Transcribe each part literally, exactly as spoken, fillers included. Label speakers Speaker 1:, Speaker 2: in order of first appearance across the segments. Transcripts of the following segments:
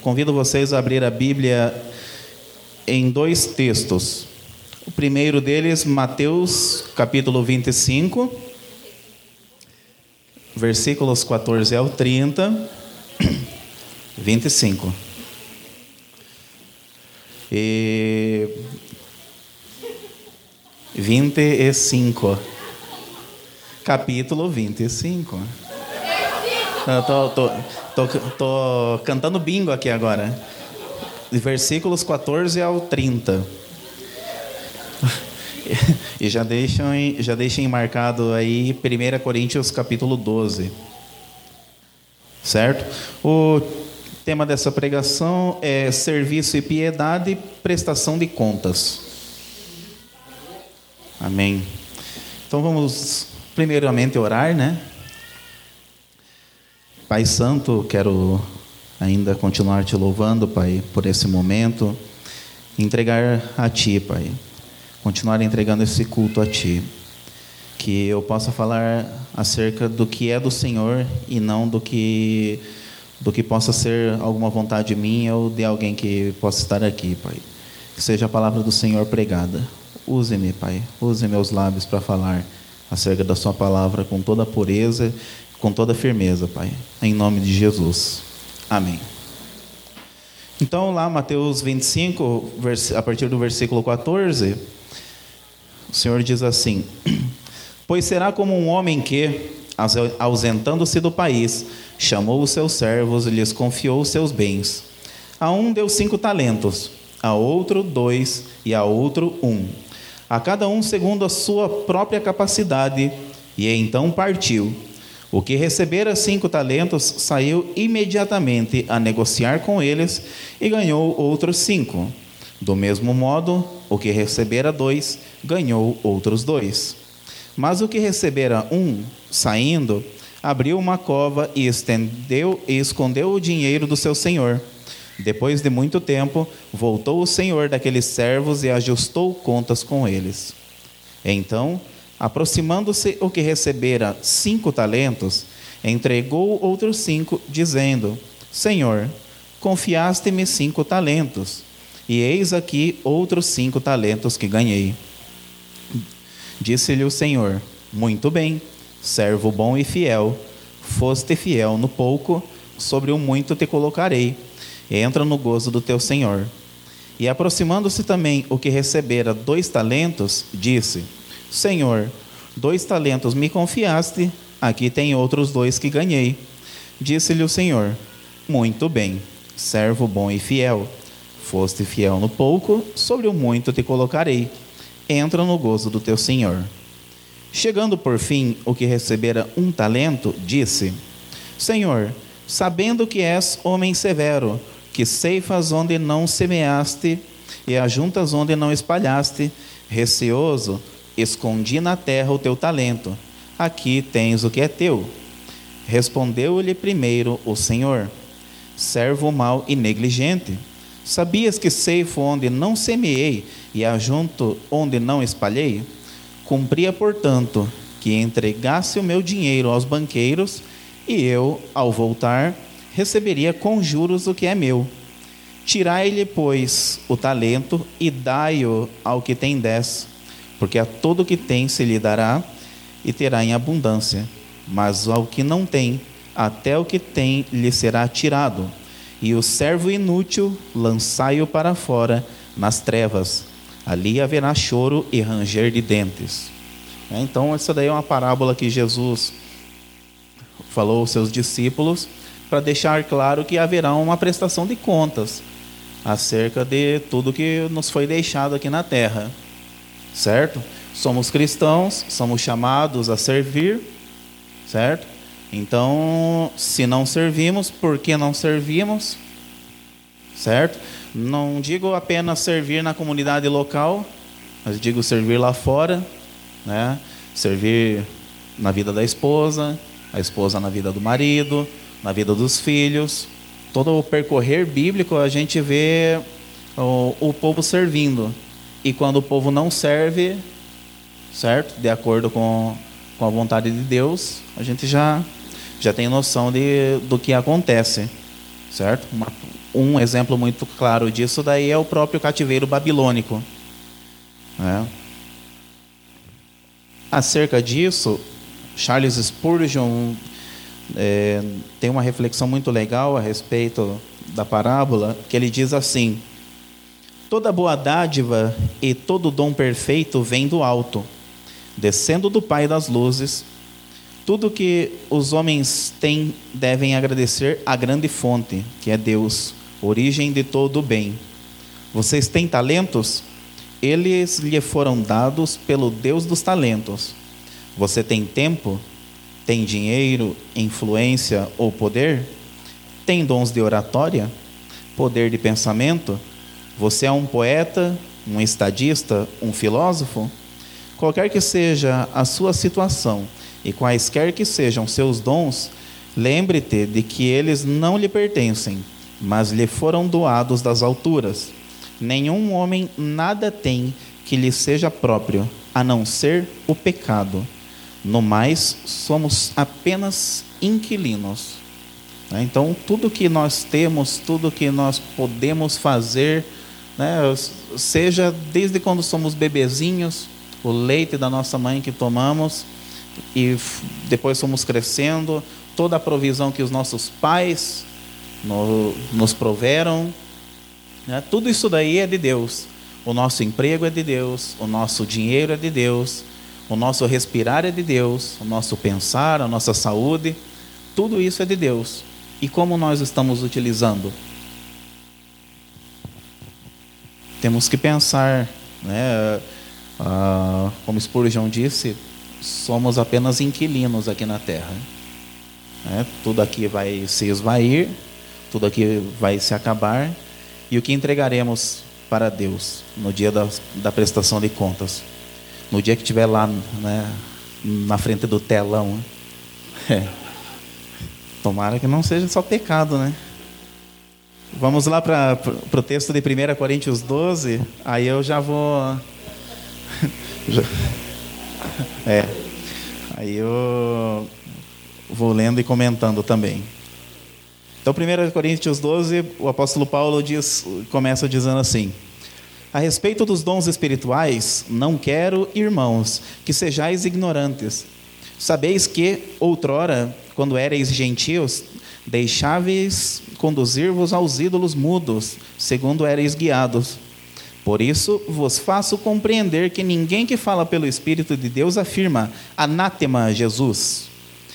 Speaker 1: convido vocês a abrir a Bíblia em dois textos. O primeiro deles, Mateus, capítulo vinte e cinco, versículos quatorze ao trinta. vinte e cinco. E vinte e cinco. Capítulo vinte e cinco. Eu tô, tô, tô, tô cantando bingo aqui agora. Versículos quatorze ao trinta. E já deixem, já deixem marcado aí primeira Coríntios capítulo doze. Certo? O tema dessa pregação é serviço e piedade, prestação de contas. Amém. Então vamos primeiramente orar, né? Pai Santo, quero ainda continuar te louvando, Pai, por esse momento, entregar a Ti, Pai, continuar entregando esse culto a Ti, que eu possa falar acerca do que é do Senhor e não do que, do que possa ser alguma vontade minha ou de alguém que possa estar aqui, Pai. Que seja a palavra do Senhor pregada. Use-me, Pai, use meus lábios para falar acerca da Sua palavra com toda a pureza, com toda a firmeza, Pai, em nome de Jesus. Amém. Então, lá, Mateus vinte e cinco, a partir do versículo quatorze, o Senhor diz assim: Pois será como um homem que, ausentando-se do país, chamou os seus servos e lhes confiou os seus bens. A um deu cinco talentos, a outro dois e a outro um, a cada um segundo a sua própria capacidade, e então partiu. O que recebera cinco talentos saiu imediatamente a negociar com eles e ganhou outros cinco. Do mesmo modo, o que recebera dois ganhou outros dois. Mas o que recebera um, saindo, abriu uma cova e estendeu e escondeu o dinheiro do seu senhor. Depois de muito tempo, voltou o senhor daqueles servos e ajustou contas com eles. Então, aproximando-se o que recebera cinco talentos, entregou outros cinco, dizendo: Senhor, confiaste-me cinco talentos, e eis aqui outros cinco talentos que ganhei. Disse-lhe o Senhor: Muito bem, servo bom e fiel, foste fiel no pouco, sobre o muito te colocarei, entra no gozo do teu Senhor. E aproximando-se também o que recebera dois talentos, disse: Senhor, dois talentos me confiaste, aqui tem outros dois que ganhei. Disse-lhe o Senhor: Muito bem, servo bom e fiel, foste fiel no pouco, sobre o muito te colocarei, entra no gozo do teu Senhor. Chegando por fim o que recebera um talento, disse: Senhor, sabendo que és homem severo, que ceifas onde não semeaste e ajuntas onde não espalhaste, receoso, escondi na terra o teu talento, aqui tens o que é teu. Respondeu-lhe primeiro o Senhor: Servo mau e negligente, sabias que ceifo onde não semeei e ajunto onde não espalhei? Cumpria, portanto, que entregasse o meu dinheiro aos banqueiros, e eu, ao voltar, receberia com juros o que é meu. Tirai-lhe, pois, o talento e dai-o ao que tem dez, porque a todo que tem se lhe dará e terá em abundância, mas ao que não tem, até o que tem lhe será tirado. E o servo inútil lançai-o para fora nas trevas, ali haverá choro e ranger de dentes. Então essa daí é uma parábola que Jesus falou aos seus discípulos para deixar claro que haverá uma prestação de contas acerca de tudo que nos foi deixado aqui na terra. Certo? Somos cristãos, somos chamados a servir, certo? Então, se não servimos, por que não servimos? Certo? Não digo apenas servir na comunidade local, mas digo servir lá fora, né? Servir na vida da esposa, a esposa na vida do marido, na vida dos filhos. Todo o percorrer bíblico a gente vê o, o povo servindo. E quando o povo não serve, certo? De acordo com, com a vontade de Deus, a gente já, já tem noção de, do que acontece, certo? Uma, um exemplo muito claro disso daí é o próprio cativeiro babilônico, né? Acerca disso, Charles Spurgeon é, tem uma reflexão muito legal a respeito da parábola, que ele diz assim: toda boa dádiva e todo dom perfeito vem do alto, descendo do Pai das luzes. Tudo que os homens têm devem agradecer à grande fonte, que é Deus, origem de todo o bem. Vocês têm talentos? Eles lhe foram dados pelo Deus dos talentos. Você tem tempo? Tem dinheiro, influência ou poder? Tem dons de oratória? Poder de pensamento? Você é um poeta, um estadista, um filósofo? Qualquer que seja a sua situação e quaisquer que sejam seus dons, lembre-te de que eles não lhe pertencem, mas lhe foram doados das alturas. Nenhum homem nada tem que lhe seja próprio, a não ser o pecado. No mais, somos apenas inquilinos. Então, tudo que nós temos, tudo que nós podemos fazer, né, seja desde quando somos bebezinhos, o leite da nossa mãe que tomamos, e depois fomos crescendo, toda a provisão que os nossos pais no, nos proveram, né, tudo isso daí é de Deus. O nosso emprego é de Deus, o nosso dinheiro é de Deus, o nosso respirar é de Deus, o nosso pensar, a nossa saúde, tudo isso é de Deus. E como nós estamos utilizando? Temos que pensar, né? Ah, como Spurgeon disse, somos apenas inquilinos aqui na Terra. Né? Tudo aqui vai se esvair, tudo aqui vai se acabar, e o que entregaremos para Deus no dia da, da prestação de contas? No dia que estiver lá, né, na frente do telão. É. Tomara que não seja só pecado, né? Vamos lá para o texto de primeira Coríntios doze. Aí eu já vou... já... É. Aí eu vou lendo e comentando também. Então, primeira Coríntios doze, o apóstolo Paulo diz, começa dizendo assim: a respeito dos dons espirituais, não quero, irmãos, que sejais ignorantes. Sabeis que, outrora, quando éreis gentios, deixáveis conduzir-vos aos ídolos mudos, segundo éreis guiados. Por isso, vos faço compreender que ninguém que fala pelo Espírito de Deus afirma, anátema Jesus.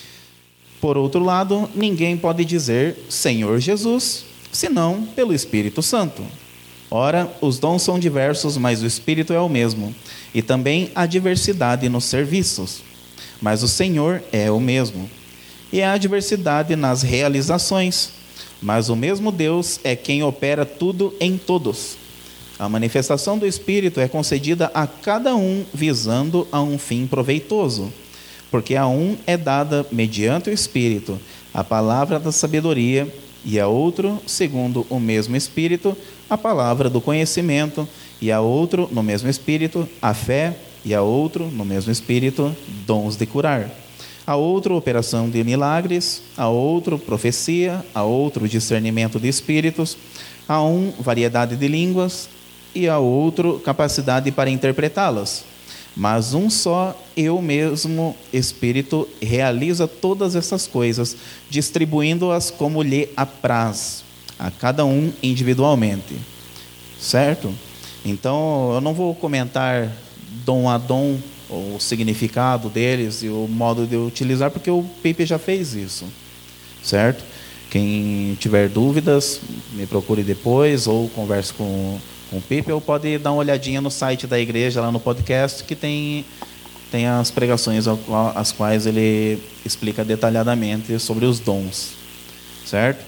Speaker 1: Por outro lado, ninguém pode dizer, Senhor Jesus, senão pelo Espírito Santo. Ora, os dons são diversos, mas o Espírito é o mesmo. E também há diversidade nos serviços, mas o Senhor é o mesmo. E há diversidade nas realizações, mas o mesmo Deus é quem opera tudo em todos. A manifestação do Espírito é concedida a cada um visando a um fim proveitoso, porque a um é dada, mediante o Espírito, a palavra da sabedoria, e a outro, segundo o mesmo Espírito, a palavra do conhecimento, e a outro, no mesmo Espírito, a fé, e a outro, no mesmo Espírito, dons de curar. A outro, operação de milagres, a outro, profecia, a outro, discernimento de espíritos, a um, variedade de línguas, e a outro, capacidade para interpretá-las. Mas um só e o mesmo Espírito realiza todas essas coisas, distribuindo-as como lhe apraz, a cada um individualmente. Certo? Então, eu não vou comentar dom a dom, o significado deles e o modo de utilizar, porque o Pipe já fez isso. Certo? Quem tiver dúvidas, me procure depois ou converse com com o Pipe, ou pode dar uma olhadinha no site da igreja, lá no podcast, que tem, tem as pregações as quais ele explica detalhadamente sobre os dons. Certo?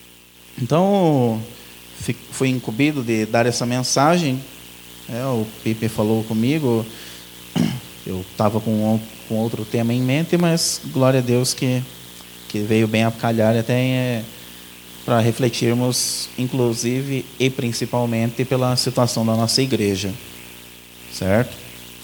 Speaker 1: Então, fui incumbido de dar essa mensagem. É, o Pipe falou comigo, eu estava com, com outro tema em mente, mas glória a Deus que, que veio bem a calhar até é, para refletirmos, inclusive e principalmente pela situação da nossa igreja, certo?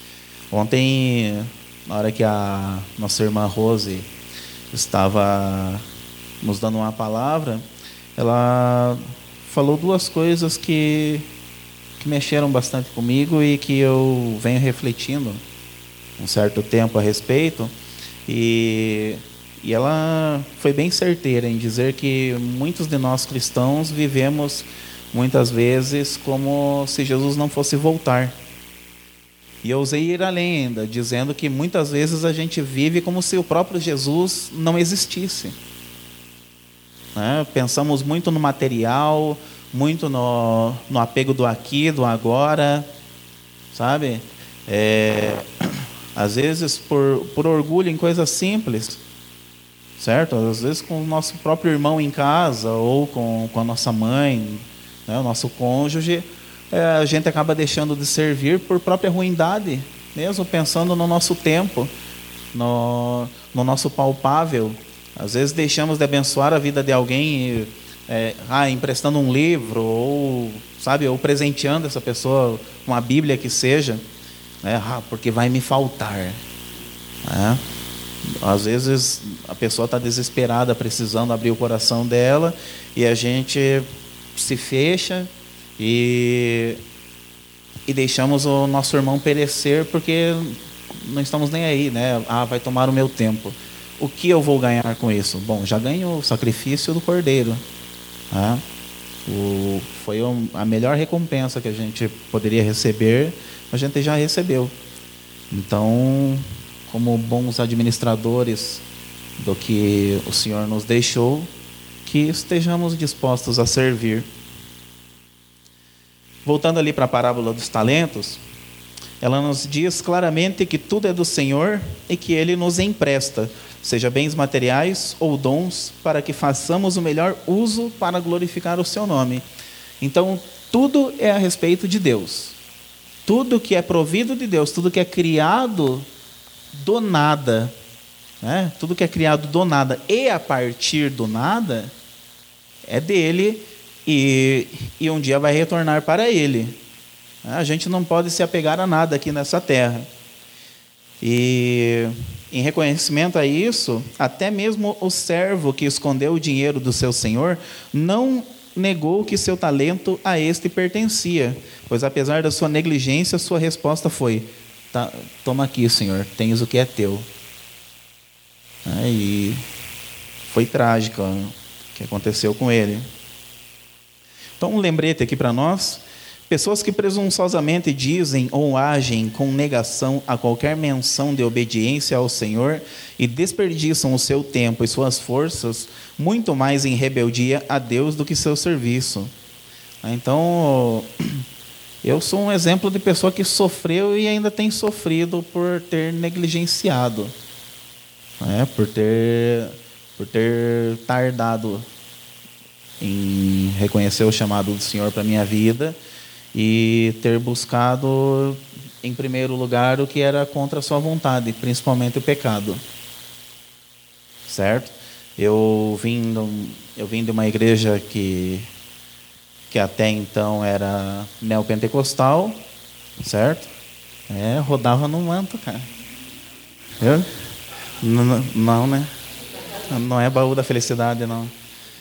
Speaker 1: Ontem, na hora que a nossa irmã Rose estava nos dando uma palavra, ela falou duas coisas que, que mexeram bastante comigo e que eu venho refletindo um certo tempo a respeito. E, e ela foi bem certeira em dizer que muitos de nós cristãos vivemos muitas vezes como se Jesus não fosse voltar. E eu usei ir além ainda, dizendo que muitas vezes a gente vive como se o próprio Jesus não existisse. Né? Pensamos muito no material, muito no, no apego do aqui, do agora, sabe? É, às vezes por, por orgulho em coisas simples, certo? Às vezes com o nosso próprio irmão em casa, ou com, com a nossa mãe, né? O nosso cônjuge, é, a gente acaba deixando de servir por própria ruindade, mesmo pensando no nosso tempo, no, no nosso palpável. Às vezes deixamos de abençoar a vida de alguém, é, ah, emprestando um livro, ou, sabe, ou presenteando essa pessoa com a Bíblia que seja, né? Ah, porque vai me faltar. Né? Às vezes a pessoa está desesperada, precisando abrir o coração dela, e a gente se fecha e, e deixamos o nosso irmão perecer porque não estamos nem aí, né? Ah, vai tomar o meu tempo. O que eu vou ganhar com isso? Bom, já ganho o sacrifício do Cordeiro. Tá? O, foi a melhor recompensa que a gente poderia receber, a gente já recebeu. Então, como bons administradores do que o Senhor nos deixou, que estejamos dispostos a servir. Voltando ali para a parábola dos talentos, ela nos diz claramente que tudo é do Senhor e que Ele nos empresta, seja bens materiais ou dons, para que façamos o melhor uso para glorificar o seu nome. Então, tudo é a respeito de Deus. Tudo que é provido de Deus, tudo que é criado do nada, né? Tudo que é criado do nada e a partir do nada, é dele e, e um dia vai retornar para ele. A gente não pode se apegar a nada aqui nessa terra. E em reconhecimento a isso, até mesmo o servo que escondeu o dinheiro do seu senhor não negou que seu talento a este pertencia, pois apesar da sua negligência, sua resposta foi: tá, toma aqui, senhor, tens o que é teu. Aí foi trágico o que aconteceu com ele. Então, um lembrete aqui para nós: pessoas que presunçosamente dizem ou agem com negação a qualquer menção de obediência ao Senhor e desperdiçam o seu tempo e suas forças muito mais em rebeldia a Deus do que seu serviço. Então, eu sou um exemplo de pessoa que sofreu e ainda tem sofrido por ter negligenciado, né? por ter, por ter tardado em reconhecer o chamado do Senhor para a minha vida e ter buscado, em primeiro lugar, o que era contra a sua vontade, principalmente o pecado. Certo? Eu vim, eu vim de uma igreja que, que até então era neopentecostal, certo? É, rodava no manto, cara. Eu? Não, não, né? Não é baú da felicidade, não.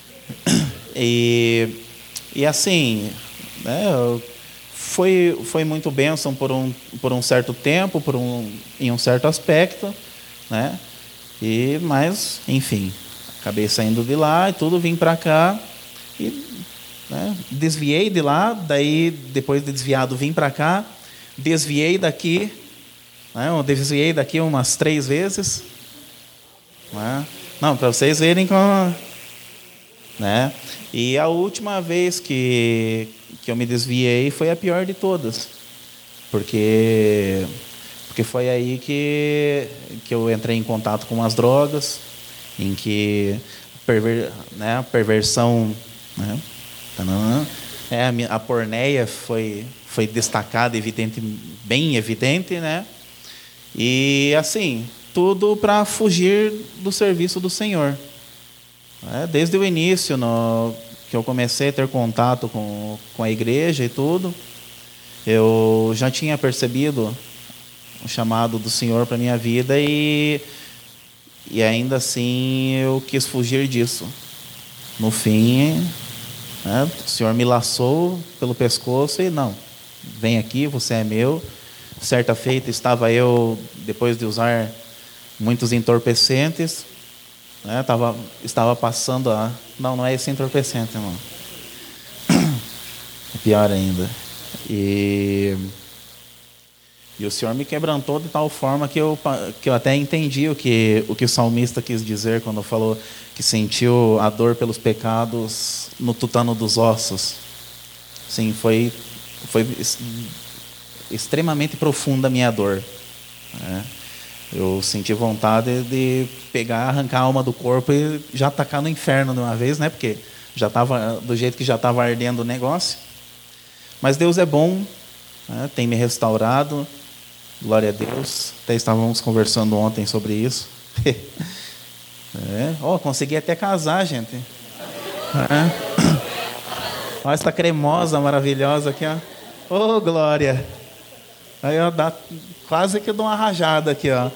Speaker 1: E, e assim, né, foi, foi muito bênção por um, por um certo tempo, por um, em um certo aspecto, né? E, mas, enfim, acabei saindo de lá e tudo, vim para cá e, né, desviei de lá, daí depois de desviado vim para cá, desviei daqui, né, eu desviei daqui umas três vezes, né? Não, para vocês verem como, né? E a última vez que, que eu me desviei foi a pior de todas, porque, porque foi aí que, que eu entrei em contato com as drogas, em que perver, né, a perversão, né, é, a, minha, a porneia foi, foi destacada, evidente, bem evidente, né? E assim, tudo para fugir do serviço do Senhor. É, desde o início, no, que eu comecei a ter contato com, com a igreja e tudo, eu já tinha percebido o chamado do Senhor para a minha vida e, e ainda assim eu quis fugir disso. No fim, Né? O Senhor me laçou pelo pescoço e não, vem aqui, você é meu. Certa feita estava eu, depois de usar muitos entorpecentes, né? Tava, estava passando a... Não, não é esse entorpecente, irmão. É pior ainda. E... E o Senhor me quebrantou de tal forma que eu, que eu até entendi o que, o que o salmista quis dizer quando falou que sentiu a dor pelos pecados no tutano dos ossos. Sim, foi, foi extremamente profunda a minha dor. Né? Eu senti vontade de pegar, arrancar a alma do corpo e já tacar no inferno de uma vez, né? Porque já estava do jeito que já estava ardendo o negócio. Mas Deus é bom, né? Tem me restaurado. Glória a Deus. Até estávamos conversando ontem sobre isso. É. Oh, consegui até casar, gente. É. Olha essa cremosa, maravilhosa aqui, ó. Oh, glória. Aí, ó, dá, quase que eu dou uma rajada aqui, ó.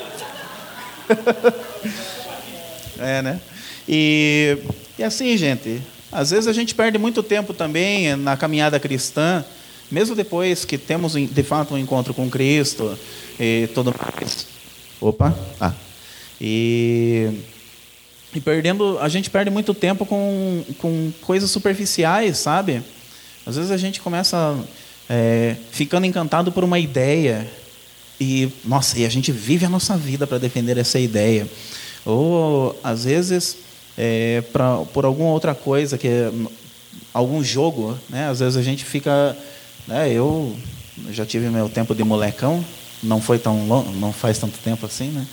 Speaker 1: É, né? E, e assim, gente, às vezes a gente perde muito tempo também na caminhada cristã, mesmo depois que temos de fato um encontro com Cristo e tudo mais. Opa, ah. E, e perdendo, a gente perde muito tempo com, com coisas superficiais, sabe? Às vezes a gente começa é, ficando encantado por uma ideia e, nossa, e a gente vive a nossa vida para defender essa ideia. Ou, às vezes, é, pra, por alguma outra coisa, que é, algum jogo, né? Às vezes a gente fica... Né, eu já tive meu tempo de molecão, não foi tão longo, não faz tanto tempo assim, né?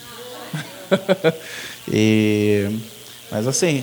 Speaker 1: e, mas assim...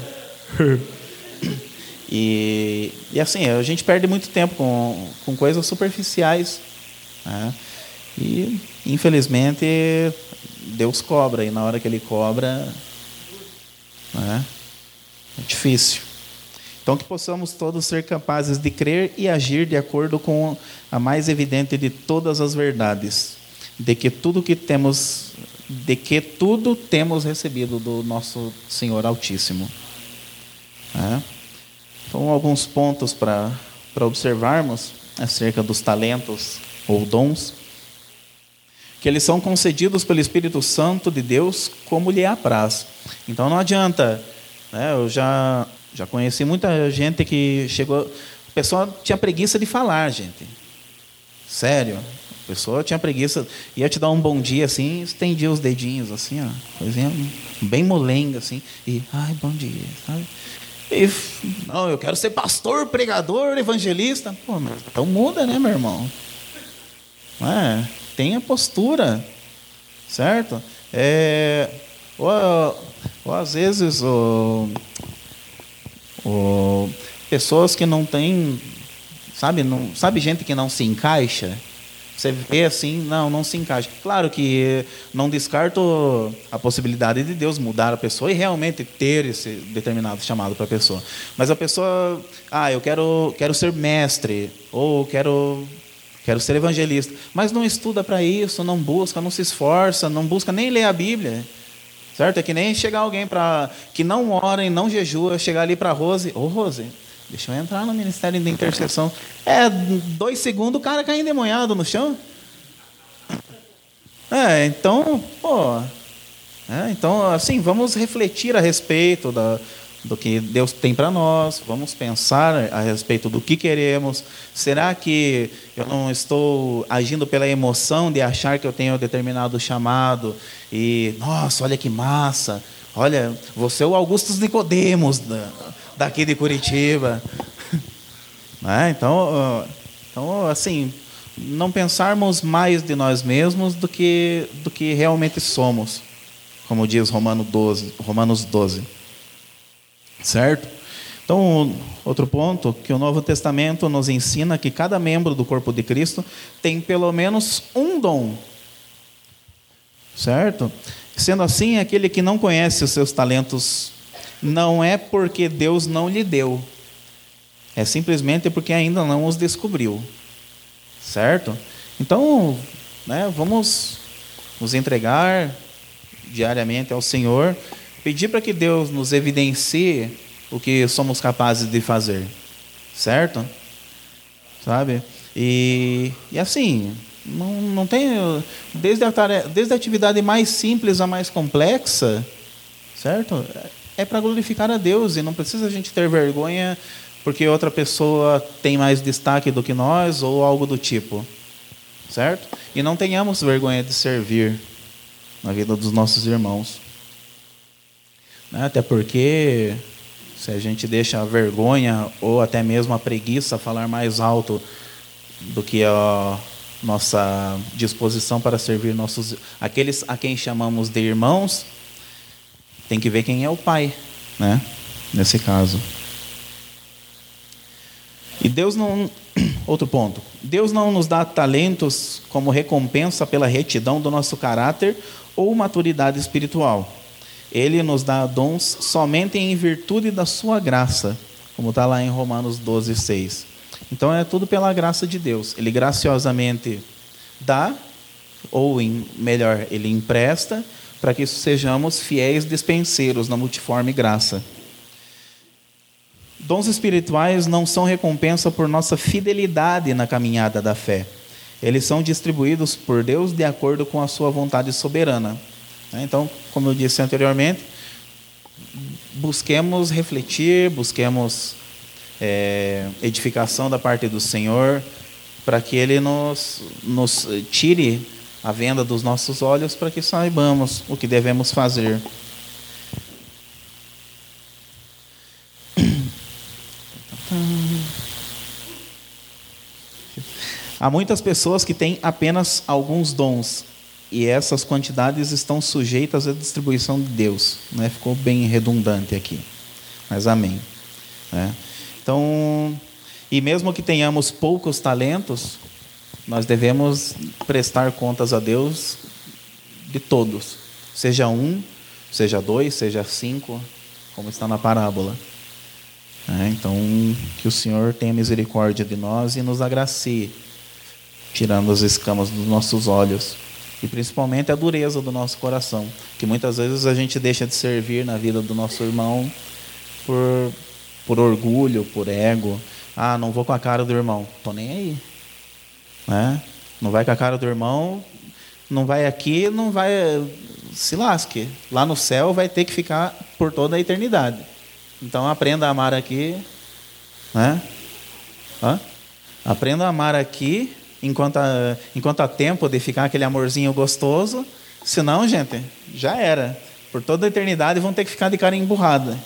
Speaker 1: e, e assim, a gente perde muito tempo com, com coisas superficiais, né? E, infelizmente, Deus cobra, e na hora que Ele cobra, né, é difícil. Então, que possamos todos ser capazes de crer e agir de acordo com a mais evidente de todas as verdades, de que tudo que temos, de que tudo temos recebido do nosso Senhor Altíssimo. É. Então, alguns pontos para para observarmos acerca dos talentos ou dons, que eles são concedidos pelo Espírito Santo de Deus como lhe apraz. Então, não adianta, né, eu já Já conheci muita gente que chegou... A pessoa tinha preguiça de falar, gente. Sério. A pessoa tinha preguiça... Ia te dar um bom dia, assim, estendia os dedinhos, assim, ó. Coisinha bem molenga, assim. E, ai, bom dia, sabe? E, não, eu quero ser pastor, pregador, evangelista. Pô, mas então muda, né, meu irmão? É, tenha postura, certo? É, ou, ou às vezes... Ou, ou, pessoas que não têm... Sabe, não, sabe gente que não se encaixa? Você vê assim, não, não se encaixa. Claro que não descarto a possibilidade de Deus mudar a pessoa e realmente ter esse determinado chamado para a pessoa. Mas a pessoa, ah, eu quero, quero ser mestre, ou quero, quero ser evangelista, mas não estuda para isso, não busca, não se esforça, não busca nem ler a Bíblia. Certo? É que nem chegar alguém pra, que não ora e não jejua, chegar ali para a Rose, ô Rose, deixa eu entrar no ministério de intercessão. É, dois segundos o cara cai endemoniado no chão. É, então, pô. É, então, assim, vamos refletir a respeito da, do que Deus tem para nós. Vamos pensar a respeito do que queremos. Será que eu não estou agindo pela emoção de achar que eu tenho determinado chamado? E, nossa, olha que massa. Olha, você é o Augustus Nicodemos da, daqui de Curitiba. É, então, então, assim, não pensarmos mais de nós mesmos do que, do que realmente somos, como diz Romanos doze, Romanos doze. Certo? Então, outro ponto, que o Novo Testamento nos ensina que cada membro do corpo de Cristo tem pelo menos um dom. Certo? Sendo assim, aquele que não conhece os seus talentos não é porque Deus não lhe deu, é simplesmente porque ainda não os descobriu. Certo? Então, né, vamos nos entregar diariamente ao Senhor, pedir para que Deus nos evidencie o que somos capazes de fazer. certo? Sabe? E, e assim, não, não tem, desde a, tarefa, desde a atividade mais simples a mais complexa, certo? É para glorificar a Deus e não precisa a gente ter vergonha porque outra pessoa tem mais destaque do que nós ou algo do tipo, certo? E não tenhamos vergonha de servir na vida dos nossos irmãos, né? Até porque se a gente deixa a vergonha ou até mesmo a preguiça falar mais alto do que a nossa disposição para servir nossos, aqueles a quem chamamos de irmãos, tem que ver quem é o pai, né? Nesse caso. E Deus não... Outro ponto. Deus não nos dá talentos como recompensa pela retidão do nosso caráter ou maturidade espiritual. Ele nos dá dons somente em virtude da sua graça, como está lá em Romanos doze, seis. Então é tudo pela graça de Deus. Ele graciosamente dá, ou em, melhor, Ele empresta, para que sejamos fiéis dispenseiros na multiforme graça. Dons espirituais não são recompensa por nossa fidelidade na caminhada da fé. Eles são distribuídos por Deus de acordo com a sua vontade soberana. Então, como eu disse anteriormente, busquemos refletir, busquemos é, edificação da parte do Senhor, para que Ele nos, nos tire a venda dos nossos olhos, para que saibamos o que devemos fazer. Há muitas pessoas que têm apenas alguns dons, e essas quantidades estão sujeitas à distribuição de Deus, né? Ficou bem redundante aqui, mas amém, né? Então, e mesmo que tenhamos poucos talentos, nós devemos prestar contas a Deus de todos, seja um, seja dois, seja cinco, como está na parábola. É, então, que o Senhor tenha misericórdia de nós e nos agracie, tirando as escamas dos nossos olhos e principalmente a dureza do nosso coração, que muitas vezes a gente deixa de servir na vida do nosso irmão por, por orgulho, por ego. Ah, não vou com a cara do irmão, tô nem aí. Né? Não vai com a cara do irmão, não vai aqui, não vai, se lasque. Lá no céu vai ter que ficar por toda a eternidade. Então aprenda a amar aqui, né? Hã? Aprenda a amar aqui enquanto, a, enquanto há tempo de ficar aquele amorzinho gostoso. Senão, gente, já era. Por toda a eternidade vão ter que ficar de cara emburrada.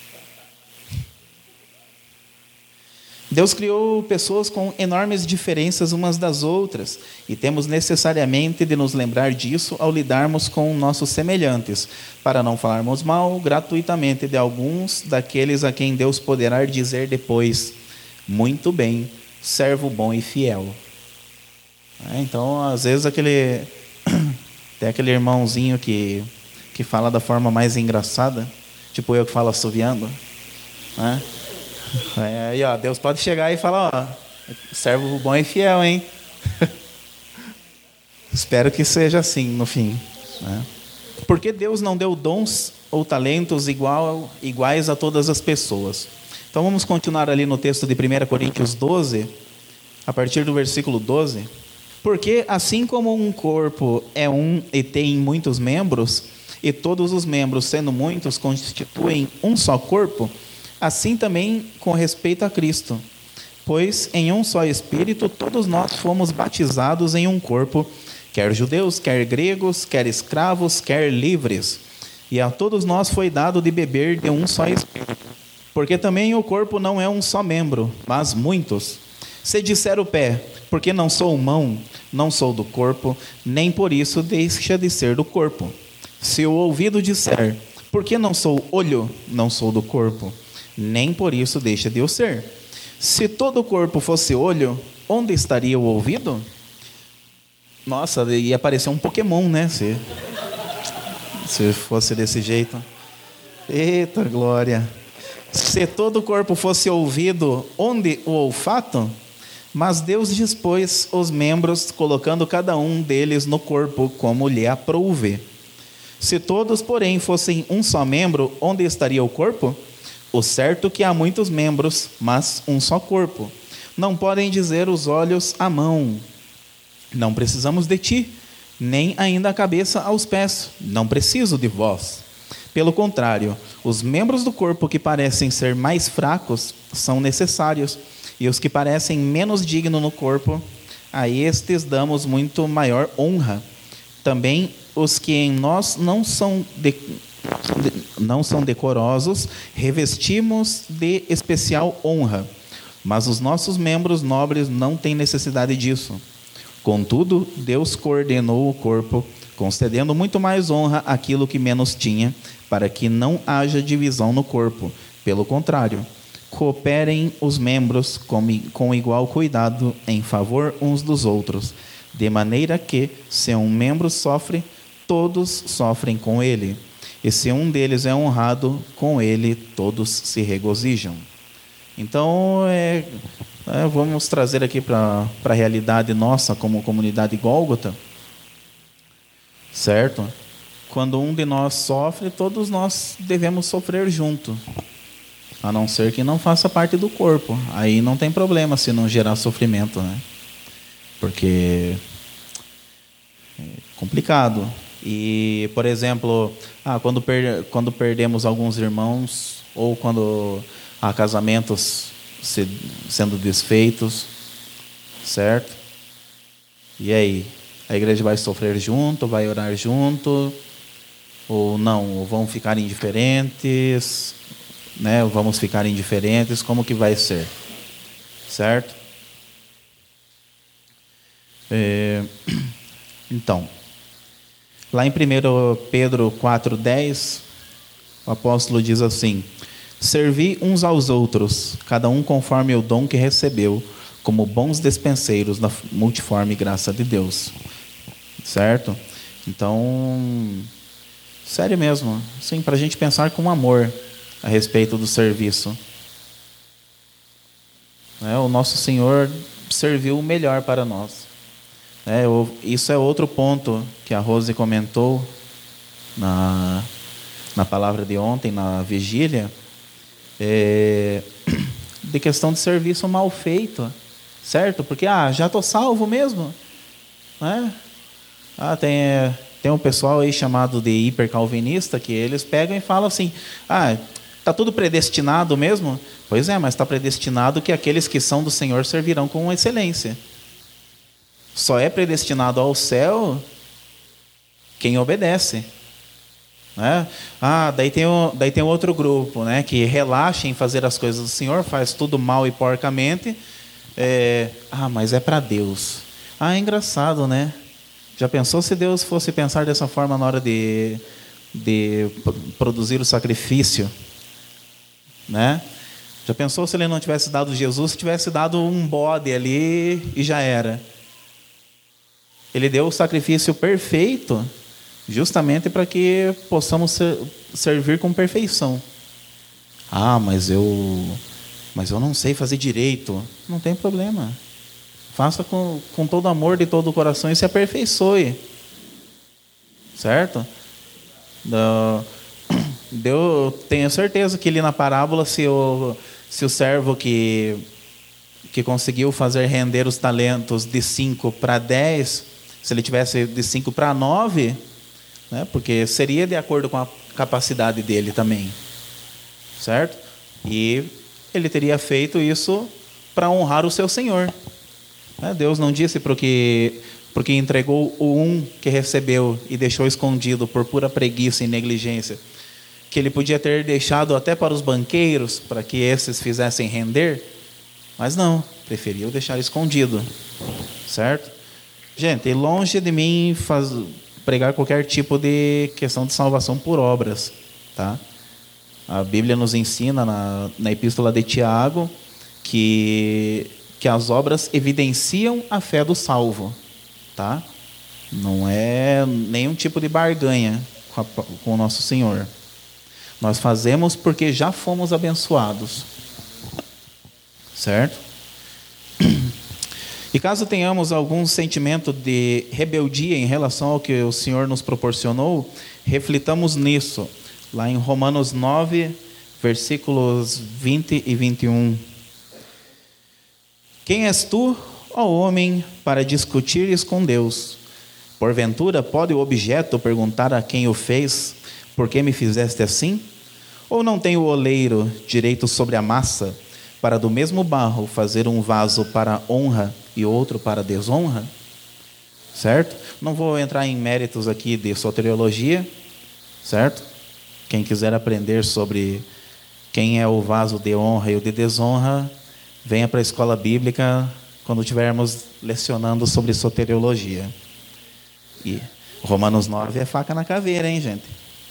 Speaker 1: Deus criou pessoas com enormes diferenças umas das outras, e temos necessariamente de nos lembrar disso ao lidarmos com nossos semelhantes, para não falarmos mal gratuitamente de alguns daqueles a quem Deus poderá dizer depois: muito bem, servo bom e fiel. É, então, às vezes, aquele tem aquele irmãozinho que, que fala da forma mais engraçada, tipo eu que falo assoviando, né? Aí, ó, Deus pode chegar e falar: ó, servo bom e fiel, hein? Espero que seja assim no fim, né? Porque Deus não deu dons ou talentos igual, iguais a todas as pessoas. Então vamos continuar ali no texto de primeira Coríntios doze, a partir do versículo doze. Porque assim como um corpo é um e tem muitos membros, e todos os membros, sendo muitos, constituem um só corpo, assim também com respeito a Cristo. Pois em um só Espírito todos nós fomos batizados em um corpo, quer judeus, quer gregos, quer escravos, quer livres. E a todos nós foi dado de beber de um só Espírito. Porque também o corpo não é um só membro, mas muitos. Se disser o pé: porque não sou mão, não sou do corpo, nem por isso deixa de ser do corpo. Se o ouvido disser: porque não sou olho, não sou do corpo, nem por isso deixa de o ser. Se todo o corpo fosse olho, onde estaria o ouvido? Nossa, ia aparecer um Pokémon, né? Se, se fosse desse jeito. Eita glória! Se todo o corpo fosse ouvido, onde o olfato? Mas Deus dispôs os membros, colocando cada um deles no corpo, como lhe aprouve. Se todos, porém, fossem um só membro, onde estaria o corpo? O certo é que há muitos membros, mas um só corpo. Não podem dizer os olhos à mão: não precisamos de ti, nem ainda a cabeça aos pés: não preciso de vós. Pelo contrário, os membros do corpo que parecem ser mais fracos são necessários, e os que parecem menos dignos no corpo, a estes damos muito maior honra. Também os que em nós não são, de, de, não são decorosos, revestimos de especial honra, mas os nossos membros nobres não têm necessidade disso. Contudo, Deus coordenou o corpo, concedendo muito mais honra àquilo que menos tinha, para que não haja divisão no corpo. Pelo contrário, cooperem os membros com, com igual cuidado em favor uns dos outros, de maneira que, se um membro sofre, todos sofrem com ele. E se um deles é honrado, com ele todos se regozijam. Então, é, é, vamos trazer aqui para a realidade nossa como comunidade Gólgota, certo? Quando um de nós sofre, todos nós devemos sofrer junto, a não ser que não faça parte do corpo. Aí não tem problema se não gerar sofrimento, né? Porque é complicado. E, por exemplo, ah, quando, per, quando perdemos alguns irmãos, ou quando há casamentos se, sendo desfeitos, certo? E aí? A igreja vai sofrer junto, vai orar junto, ou não? Ou vão ficar indiferentes, né? Vamos ficar indiferentes, como que vai ser? Certo? É, então, lá em primeiro Pedro quatro, dez, o apóstolo diz assim: servi uns aos outros, cada um conforme o dom que recebeu, como bons despenseiros da multiforme graça de Deus. Certo? Então, sério mesmo, sim, para a gente pensar com amor a respeito do serviço. É, o nosso Senhor serviu o melhor para nós. É, isso é outro ponto que a Rose comentou na, na palavra de ontem, na vigília, é, de questão de serviço mal feito, certo? Porque, ah, já estou salvo mesmo, né? Ah, tem, tem um pessoal aí chamado de hipercalvinista, que eles pegam e falam assim: ah, está tudo predestinado mesmo? Pois é, mas está predestinado que aqueles que são do Senhor servirão com excelência. Só é predestinado ao céu quem obedece, né? Ah, daí tem, o, daí tem outro grupo, né, que relaxa em fazer as coisas do Senhor, faz tudo mal e porcamente. É, ah, mas é para Deus. Ah, é engraçado, né? Já pensou se Deus fosse pensar dessa forma na hora de, de produzir o sacrifício, né? Já pensou se ele não tivesse dado Jesus, tivesse dado um bode ali e já era? Ele deu o sacrifício perfeito justamente para que possamos ser, servir com perfeição. Ah, mas eu, mas eu não sei fazer direito. Não tem problema. Faça com, com todo amor de todo o coração e se aperfeiçoe. Certo? Deu, tenho certeza que ali na parábola, se o, se o servo que, que conseguiu fazer render os talentos de cinco para dez, se ele tivesse de cinco para nove, né, porque seria de acordo com a capacidade dele também. Certo? E ele teria feito isso para honrar o seu Senhor. Deus não disse para o que, porque entregou o um que recebeu e deixou escondido por pura preguiça e negligência, que ele podia ter deixado até para os banqueiros, para que esses fizessem render, mas não, preferiu deixar escondido. Certo? Gente, longe de mim faz, pregar qualquer tipo de questão de salvação por obras, tá? A Bíblia nos ensina na, na epístola de Tiago que que as obras evidenciam a fé do salvo, tá? Não é nenhum tipo de barganha com, a, com o nosso Senhor. Nós fazemos porque já fomos abençoados, certo? E caso tenhamos algum sentimento de rebeldia em relação ao que o Senhor nos proporcionou, reflitamos nisso. Lá em Romanos nove, versículos vinte e vinte e um. Quem és tu, ó homem, para discutires com Deus? Porventura pode o objeto perguntar a quem o fez, por que me fizeste assim? Ou não tem o oleiro direito sobre a massa, para do mesmo barro fazer um vaso para honra e outro para desonra? Certo? Não vou entrar em méritos aqui de soteriologia, certo? Quem quiser aprender sobre quem é o vaso de honra e o de desonra, venha para a escola bíblica quando estivermos lecionando sobre soteriologia. E Romanos nove é faca na caveira, hein, gente?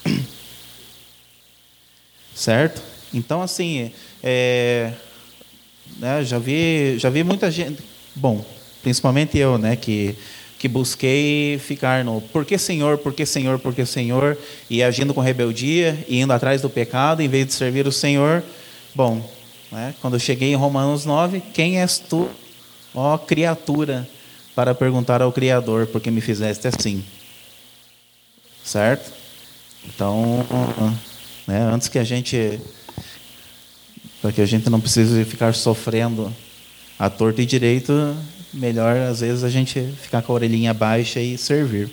Speaker 1: Certo? Então, assim, é, né, já vi, já vi muita gente, bom, principalmente eu, né, que que busquei ficar no por que Senhor, por que Senhor, por que Senhor, e agindo com rebeldia, e indo atrás do pecado, em vez de servir o Senhor. Bom, né, quando eu cheguei em Romanos nove, quem és tu, ó criatura, para perguntar ao Criador, por que me fizeste assim? Certo? Então, né, antes que a gente, para que a gente não precise ficar sofrendo à torta e direito, melhor, às vezes, a gente ficar com a orelhinha baixa e servir.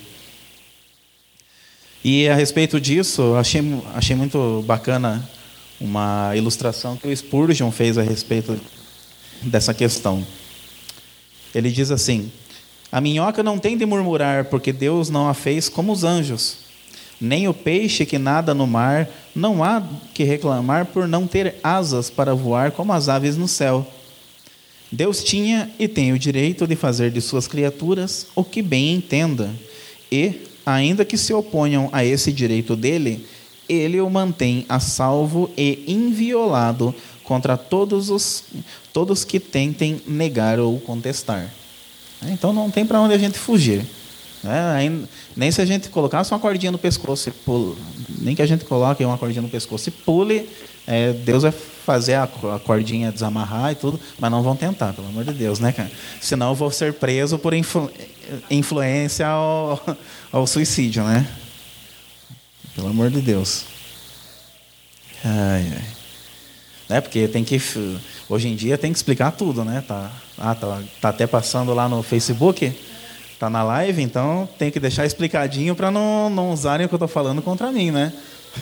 Speaker 1: E a respeito disso, achei, achei muito bacana uma ilustração que o Spurgeon fez a respeito dessa questão. Ele diz assim: a minhoca não tem de murmurar, porque Deus não a fez como os anjos. Nem o peixe que nada no mar não há que reclamar por não ter asas para voar como as aves no céu. Deus tinha e tem o direito de fazer de suas criaturas o que bem entenda, e, ainda que se oponham a esse direito dele, ele o mantém a salvo e inviolado contra todos os todos que tentem negar ou contestar. Então não tem para onde a gente fugir. Né? Nem se a gente colocasse uma cordinha no pescoço e pule, nem que a gente coloque uma cordinha no pescoço e pule, é, Deus vai fazer a cordinha desamarrar e tudo, mas não vão tentar, pelo amor de Deus, né, cara? Senão eu vou ser preso por influ, influência ao, ao suicídio, né? Pelo amor de Deus. Ai, ai. Né? Porque tem que, hoje em dia tem que explicar tudo, né? Tá, ah, tá, tá até passando lá no Facebook, tá na live, então tem que deixar explicadinho para não, não usarem o que eu tô falando contra mim, né?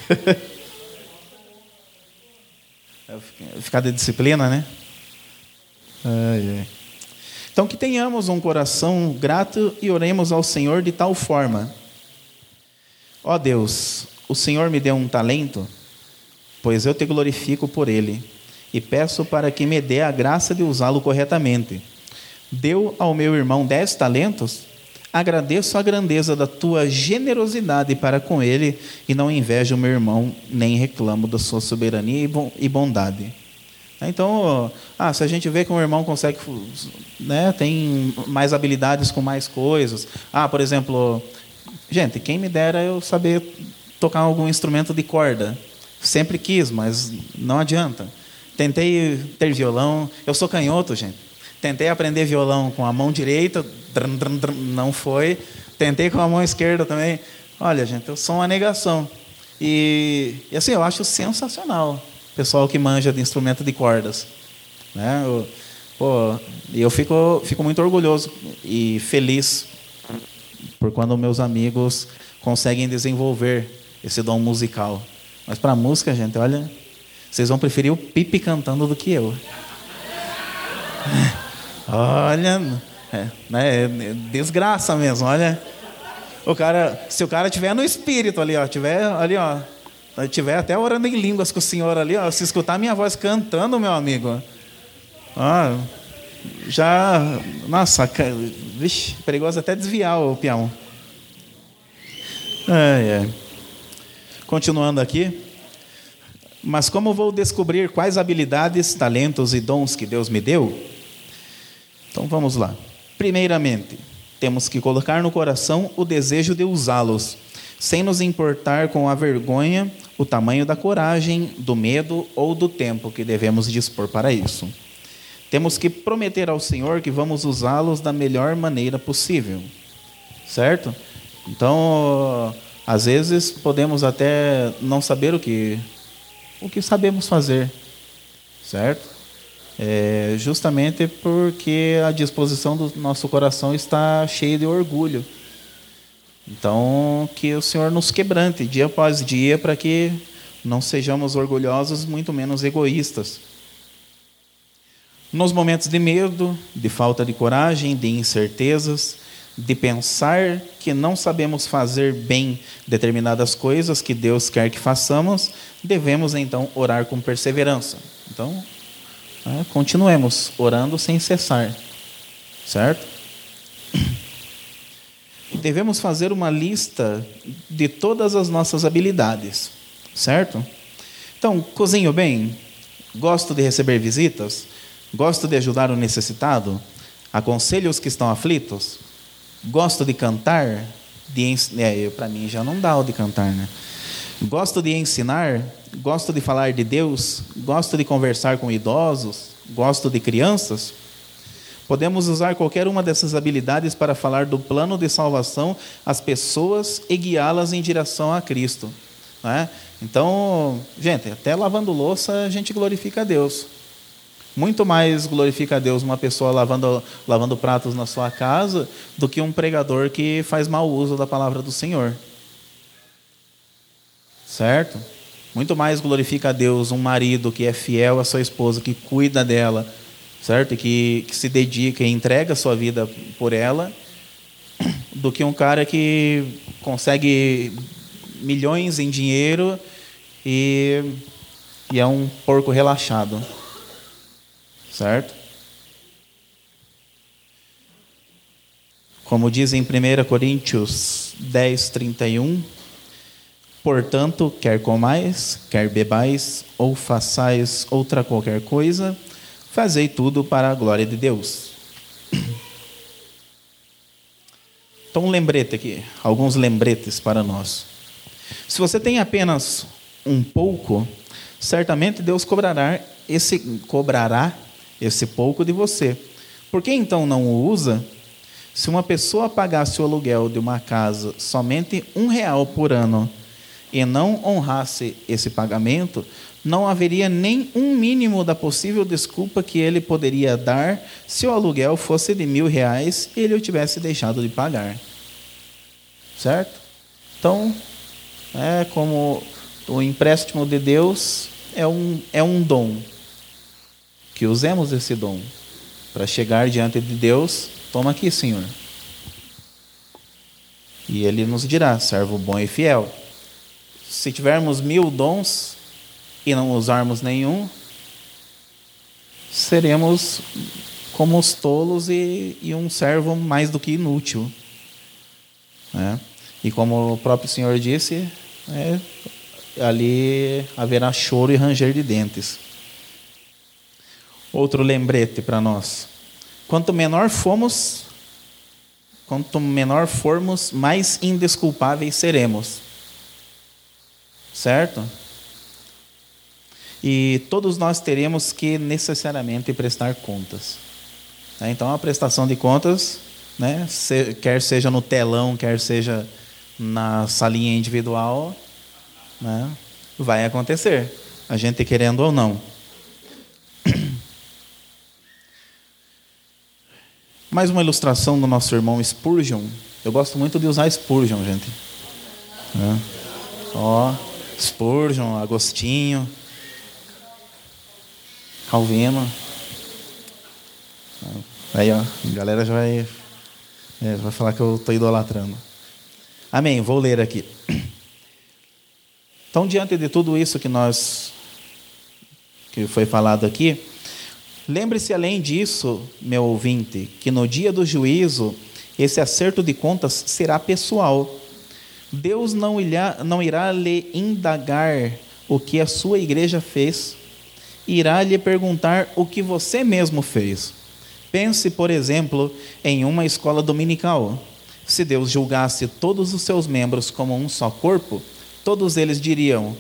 Speaker 1: Ficar de disciplina, né? Ai, ai. Então, que tenhamos um coração grato e oremos ao Senhor de tal forma: ó Deus, o Senhor me deu um talento, pois eu te glorifico por ele, e peço para que me dê a graça de usá-lo corretamente. Deu ao meu irmão dez talentos, agradeço a grandeza da tua generosidade para com ele, e não invejo o meu irmão, nem reclamo da sua soberania e bondade. Então, ah, se a gente vê que um irmão consegue, né, tem mais habilidades com mais coisas. Ah, por exemplo, gente, quem me dera eu saber tocar algum instrumento de corda. Sempre quis, mas não adianta. Tentei ter violão, eu sou canhoto, gente. Tentei aprender violão com a mão direita, drum, drum, drum, não foi. Tentei com a mão esquerda também. Olha, gente, eu sou uma negação. E, e assim, eu acho sensacional o pessoal que manja de instrumento de cordas. Né? Eu, pô, eu fico, fico muito orgulhoso e feliz por quando meus amigos conseguem desenvolver esse dom musical. Mas para a música, gente, olha, vocês vão preferir o Pipe cantando do que eu. Olha, é, né, é desgraça mesmo, olha. O cara, se o cara tiver no espírito ali, ó, tiver ali, ó, tiver até orando em línguas com o Senhor ali, ó, se escutar minha voz cantando, meu amigo, ó, já, nossa, vixe, perigoso até desviar o peão. É, é. Continuando aqui. Mas como vou descobrir quais habilidades, talentos e dons que Deus me deu? Então vamos lá. Primeiramente, temos que colocar no coração o desejo de usá-los, sem nos importar com a vergonha, o tamanho da coragem, do medo ou do tempo que devemos dispor para isso. Temos que prometer ao Senhor que vamos usá-los da melhor maneira possível. Certo? Então, às vezes podemos até não saber o que o que sabemos fazer, certo? É justamente porque a disposição do nosso coração está cheia de orgulho. Então, que o Senhor nos quebrante dia após dia para que não sejamos orgulhosos, muito menos egoístas. Nos momentos de medo, de falta de coragem, de incertezas, de pensar que não sabemos fazer bem determinadas coisas que Deus quer que façamos, devemos então orar com perseverança. Então, é, continuemos orando sem cessar, certo? Devemos fazer uma lista de todas as nossas habilidades, certo? Então, cozinho bem, gosto de receber visitas, gosto de ajudar o necessitado, aconselho os que estão aflitos, gosto de cantar, de ens... é, para mim já não dá o de cantar, né? Gosto de ensinar, gosto de falar de Deus, gosto de conversar com idosos, gosto de crianças. Podemos usar qualquer uma dessas habilidades para falar do plano de salvação às pessoas e guiá-las em direção a Cristo, né? Então, gente, até lavando louça a gente glorifica a Deus. Muito mais glorifica a Deus uma pessoa lavando, lavando pratos na sua casa do que um pregador que faz mau uso da palavra do Senhor. Certo? Muito mais glorifica a Deus um marido que é fiel à sua esposa, que cuida dela, certo? E que, que se dedica e entrega a sua vida por ela, do que um cara que consegue milhões em dinheiro e, e é um porco relaxado. Certo? Como diz em primeira Coríntios dez, trinta e um, portanto, quer comais, quer bebais, ou façais outra qualquer coisa, fazei tudo para a glória de Deus. Então, um lembrete aqui, alguns lembretes para nós. Se você tem apenas um pouco, certamente Deus cobrará esse, cobrará esse pouco de você. Por que então não o usa? Se uma pessoa pagasse o aluguel de uma casa somente um real por ano e não honrasse esse pagamento, não haveria nem um mínimo da possível desculpa que ele poderia dar se o aluguel fosse de mil reais e ele o tivesse deixado de pagar. Certo? Então, é como o empréstimo de Deus é um, é um dom. Que usemos esse dom para chegar diante de Deus. Toma aqui, Senhor. E Ele nos dirá, servo bom e fiel. Se tivermos mil dons e não usarmos nenhum, seremos como os tolos e, e um servo mais do que inútil, né? E como o próprio Senhor disse, é, ali haverá choro e ranger de dentes. Outro lembrete para nós. Quanto menor fomos, quanto menor formos, mais indesculpáveis seremos. Certo? E todos nós teremos que necessariamente prestar contas. Então, a prestação de contas, né, quer seja no telão, quer seja na salinha individual, né, vai acontecer, a gente querendo ou não. Mais uma ilustração do nosso irmão Spurgeon. Eu gosto muito de usar Spurgeon, gente. É. Ó, Spurgeon, Agostinho, Calvino. Aí, ó, a galera já vai, é, vai falar que eu estou idolatrando. Amém, vou ler aqui. Então, diante de tudo isso que nós, que foi falado aqui, lembre-se, além disso, meu ouvinte, que no dia do juízo, esse acerto de contas será pessoal. Deus não irá, não irá lhe indagar o que a sua igreja fez, irá lhe perguntar o que você mesmo fez. Pense, por exemplo, em uma escola dominical. Se Deus julgasse todos os seus membros como um só corpo, todos eles diriam: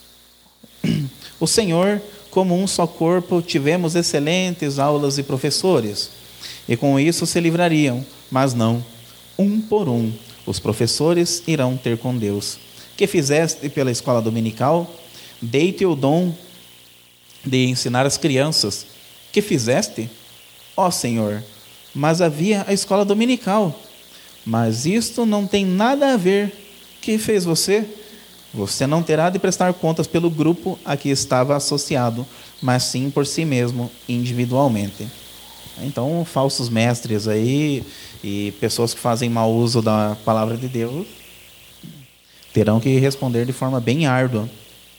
Speaker 1: o Senhor, como um só corpo, tivemos excelentes aulas e professores, e com isso se livrariam, mas não, um por um, os professores irão ter com Deus. Que fizeste pela escola dominical? dei-te o dom de ensinar as crianças. Que fizeste? Ó Senhor, mas havia a escola dominical. Mas isto não tem nada a ver. Que fez você? Você não terá de prestar contas pelo grupo a que estava associado, mas sim por si mesmo, individualmente. Então, falsos mestres aí e pessoas que fazem mau uso da palavra de Deus terão que responder de forma bem árdua.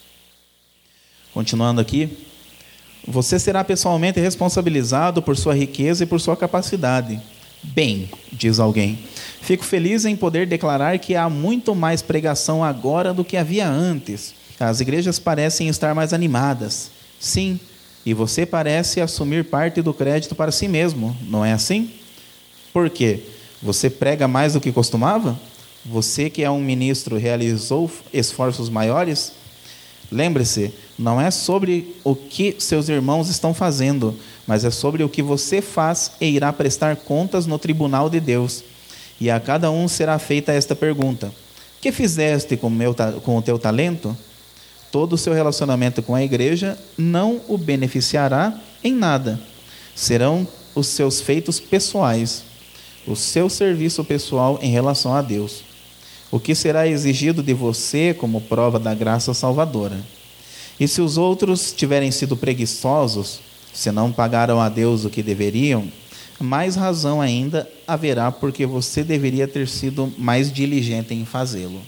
Speaker 1: Continuando aqui. Você será pessoalmente responsabilizado por sua riqueza e por sua capacidade. Bem, diz alguém, fico feliz em poder declarar que há muito mais pregação agora do que havia antes. As igrejas parecem estar mais animadas. Sim, e você parece assumir parte do crédito para si mesmo, não é assim? Por quê? Você prega mais do que costumava? Você que é um ministro realizou esforços maiores? Lembre-se, não é sobre o que seus irmãos estão fazendo, mas é sobre o que você faz e irá prestar contas no tribunal de Deus. E a cada um será feita esta pergunta: que fizeste com, meu, com o teu talento? Todo o seu relacionamento com a igreja não o beneficiará em nada. Serão os seus feitos pessoais, o seu serviço pessoal em relação a Deus. O que será exigido de você como prova da graça salvadora. E se os outros tiverem sido preguiçosos, se não pagaram a Deus o que deveriam, mais razão ainda haverá porque você deveria ter sido mais diligente em fazê-lo.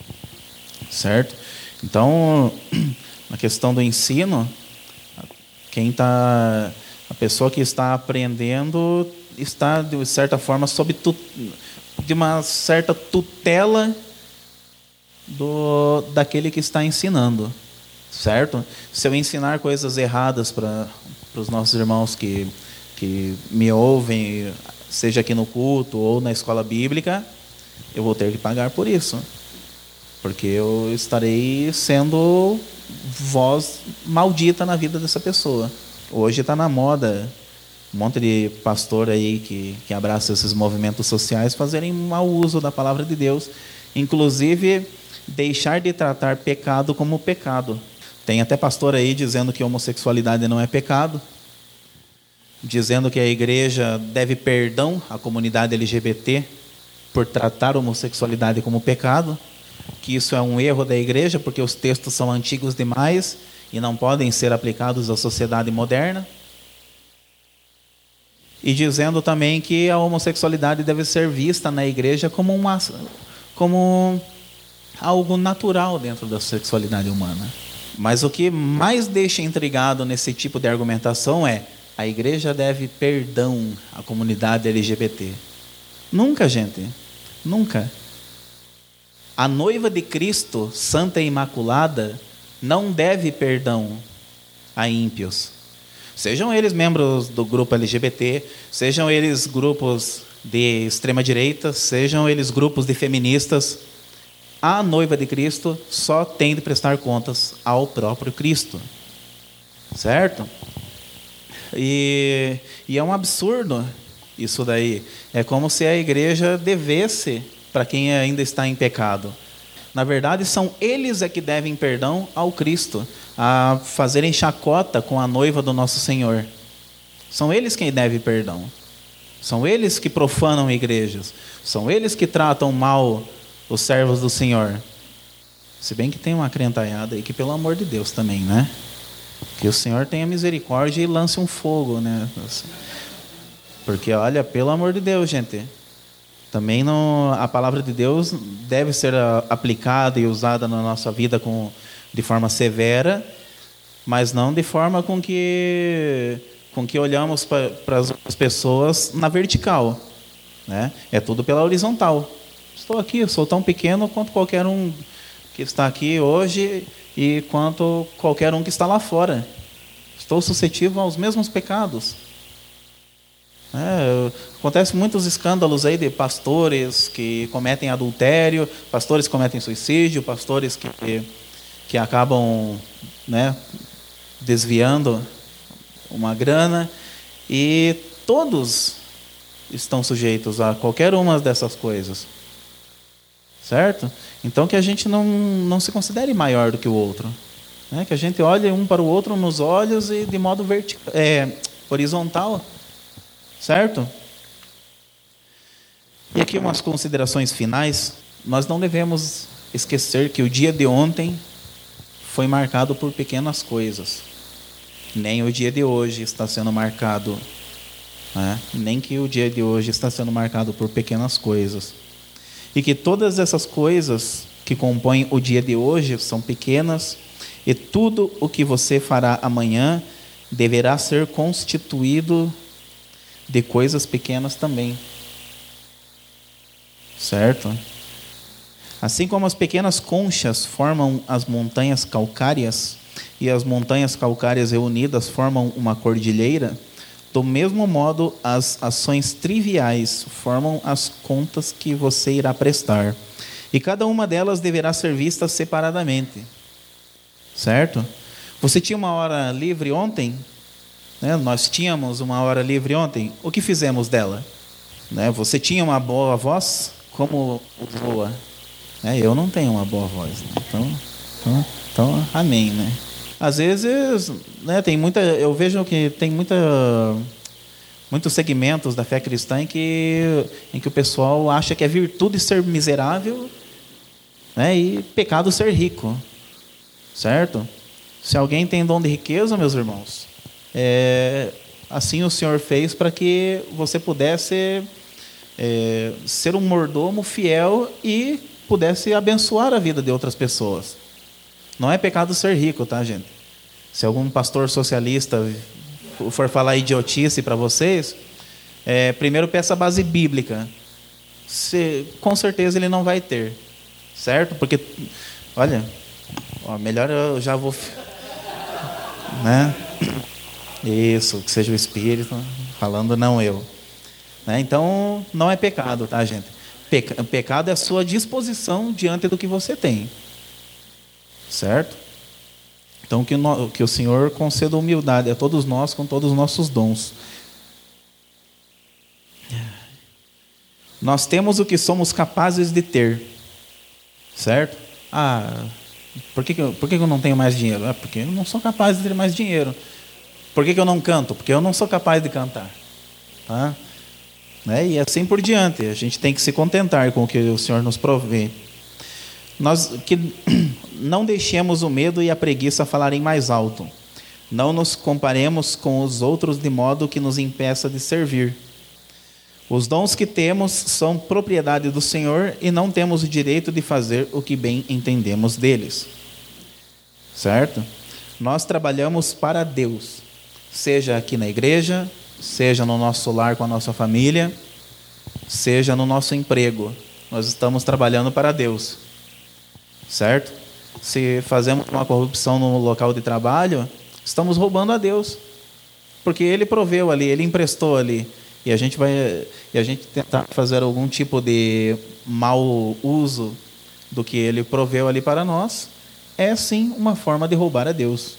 Speaker 1: Certo? Então, na questão do ensino, quem está, a pessoa que está aprendendo está, de certa forma, sob tu, de uma certa tutela do, daquele que está ensinando, certo? Se eu ensinar coisas erradas para os nossos irmãos que, que me ouvem, seja aqui no culto ou na escola bíblica, eu vou ter que pagar por isso, porque eu estarei sendo voz maldita na vida dessa pessoa. Hoje está na moda um monte de pastor aí que, que abraça esses movimentos sociais fazerem mau uso da palavra de Deus, inclusive deixar de tratar pecado como pecado. Tem até pastor aí dizendo que homossexualidade não é pecado, dizendo que a igreja deve perdão à comunidade L G B T por tratar a homossexualidade como pecado, que isso é um erro da igreja porque os textos são antigos demais e não podem ser aplicados à sociedade moderna. E dizendo também que a homossexualidade deve ser vista na igreja como, uma, como algo natural dentro da sexualidade humana. Mas o que mais deixa intrigado nesse tipo de argumentação é: a igreja deve perdão à comunidade L G B T. Nunca, gente. Nunca. A noiva de Cristo, santa e imaculada, não deve perdão a ímpios. Sejam eles membros do grupo L G B T, sejam eles grupos de extrema-direita, sejam eles grupos de feministas, a noiva de Cristo só tem de prestar contas ao próprio Cristo. Certo? E, e é um absurdo isso daí. É como se a igreja devesse para quem ainda está em pecado. Na verdade, são eles é que devem perdão ao Cristo, a fazerem chacota com a noiva do nosso Senhor. São eles quem devem perdão. São eles que profanam igrejas. São eles que tratam mal os servos do Senhor. Se bem que tem uma crentalhada aí que, pelo amor de Deus, também, né? Que o Senhor tenha misericórdia e lance um fogo, né? Porque, olha, pelo amor de Deus, gente, também não, a palavra de Deus deve ser aplicada e usada na nossa vida com, de forma severa, mas não de forma com que, com que olhamos para, para as pessoas na vertical, né? É tudo pela horizontal. Estou aqui, eu sou tão pequeno quanto qualquer um que está aqui hoje e quanto qualquer um que está lá fora. Estou suscetível aos mesmos pecados. É, acontece muitos escândalos aí de pastores que cometem adultério, pastores que cometem suicídio, pastores que, que acabam, né, desviando uma grana, e todos estão sujeitos a qualquer uma dessas coisas. Certo? Então que a gente não, não se considere maior do que o outro. né? Que a gente olhe um para o outro nos olhos e de modo vertical, é, horizontal, certo? E aqui umas considerações finais. Nós não devemos esquecer que o dia de ontem foi marcado por pequenas coisas. Nem o dia de hoje está sendo marcado, né? Nem que o dia de hoje está sendo marcado por pequenas coisas. E que todas essas coisas que compõem o dia de hoje são pequenas, e tudo o que você fará amanhã deverá ser constituído de coisas pequenas também. Certo? Assim como as pequenas conchas formam as montanhas calcárias, e as montanhas calcárias reunidas formam uma cordilheira, do mesmo modo as ações triviais formam as contas que você irá prestar. E cada uma delas deverá ser vista separadamente. Certo? Você tinha uma hora livre ontem? Né? Nós tínhamos uma hora livre ontem. O que fizemos dela? Né? Você tinha uma boa voz? Como voa? Né? Eu não tenho uma boa voz. Né? Então, então, então, amém, né? Às vezes, né, tem muita, eu vejo que tem muita, muitos segmentos da fé cristã em que, em que o pessoal acha que é virtude ser miserável, né, e pecado ser rico. Certo? Se alguém tem dom de riqueza, meus irmãos, é, assim o Senhor fez para que você pudesse é, ser um mordomo fiel e pudesse abençoar a vida de outras pessoas. Não é pecado ser rico, tá, gente? Se algum pastor socialista for falar idiotice para vocês, é, primeiro peça a base bíblica. Se, com certeza ele não vai ter. Certo? Porque, olha, ó, melhor eu já vou... Né? Isso, que seja o Espírito falando, não eu. Né? Então, não é pecado, tá, gente? Peca, pecado é a sua disposição diante do que você tem. Certo? Então, que, no, que o Senhor conceda humildade a todos nós com todos os nossos dons. Nós temos o que somos capazes de ter. Certo? Ah, por que, que, eu, por que, que eu não tenho mais dinheiro? Ah, porque eu não sou capaz de ter mais dinheiro. Por que, que eu não canto? Porque eu não sou capaz de cantar. Tá? Né? E assim por diante. A gente tem que se contentar com o que o Senhor nos provê. Nós que não deixemos o medo e a preguiça falarem mais alto. Não nos comparemos com os outros de modo que nos impeça de servir. Os dons que temos são propriedade do Senhor e não temos o direito de fazer o que bem entendemos deles. Certo? Nós trabalhamos para Deus, seja aqui na igreja, seja no nosso lar com a nossa família, seja no nosso emprego. Nós estamos trabalhando para Deus. Certo? Se fazemos uma corrupção no local de trabalho, estamos roubando a Deus. Porque Ele proveu ali, Ele emprestou ali. E a gente vai, e a gente tentar fazer algum tipo de mau uso do que Ele proveu ali para nós, é sim uma forma de roubar a Deus.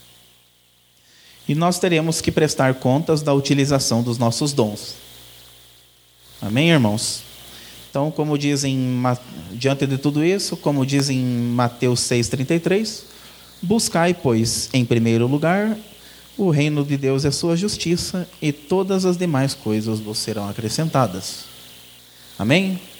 Speaker 1: E nós teremos que prestar contas da utilização dos nossos dons. Amém, irmãos? Então, como dizem, diante de tudo isso, como diz em Mateus seis, trinta e três, buscai, pois, em primeiro lugar, o reino de Deus e a sua justiça, e todas as demais coisas vos serão acrescentadas. Amém?